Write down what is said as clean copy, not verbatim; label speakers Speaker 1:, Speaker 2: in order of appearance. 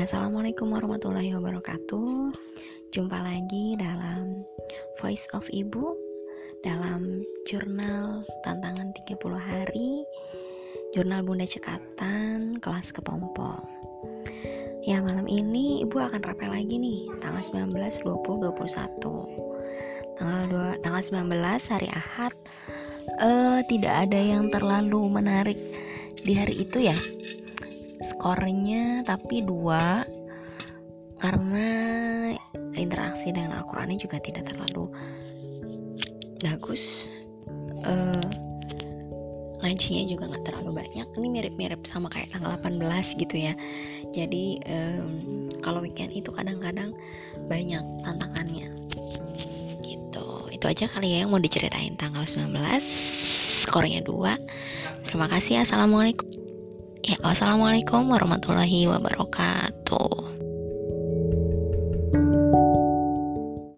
Speaker 1: Assalamualaikum warahmatullahi wabarakatuh. Jumpa lagi dalam Voice of Ibu, dalam jurnal tantangan 30 hari, jurnal Bunda Cekatan kelas kepompong. Ya, malam ini Ibu akan rapel lagi nih, tanggal 19, 20, 21. Tanggal 19 hari Ahad. Tidak ada yang terlalu menarik di hari itu ya. Skornya tapi 2, karena interaksi dengan Al-Qurannya juga tidak terlalu bagus. Ngajinya juga gak terlalu banyak. Ini mirip-mirip sama kayak tanggal 18 gitu ya. Jadi kalau weekend itu kadang-kadang banyak tantangannya gitu. Itu aja kali ya yang mau diceritain tanggal 19. Skornya 2. Terima kasih. Assalamualaikum warahmatullahi wabarakatuh.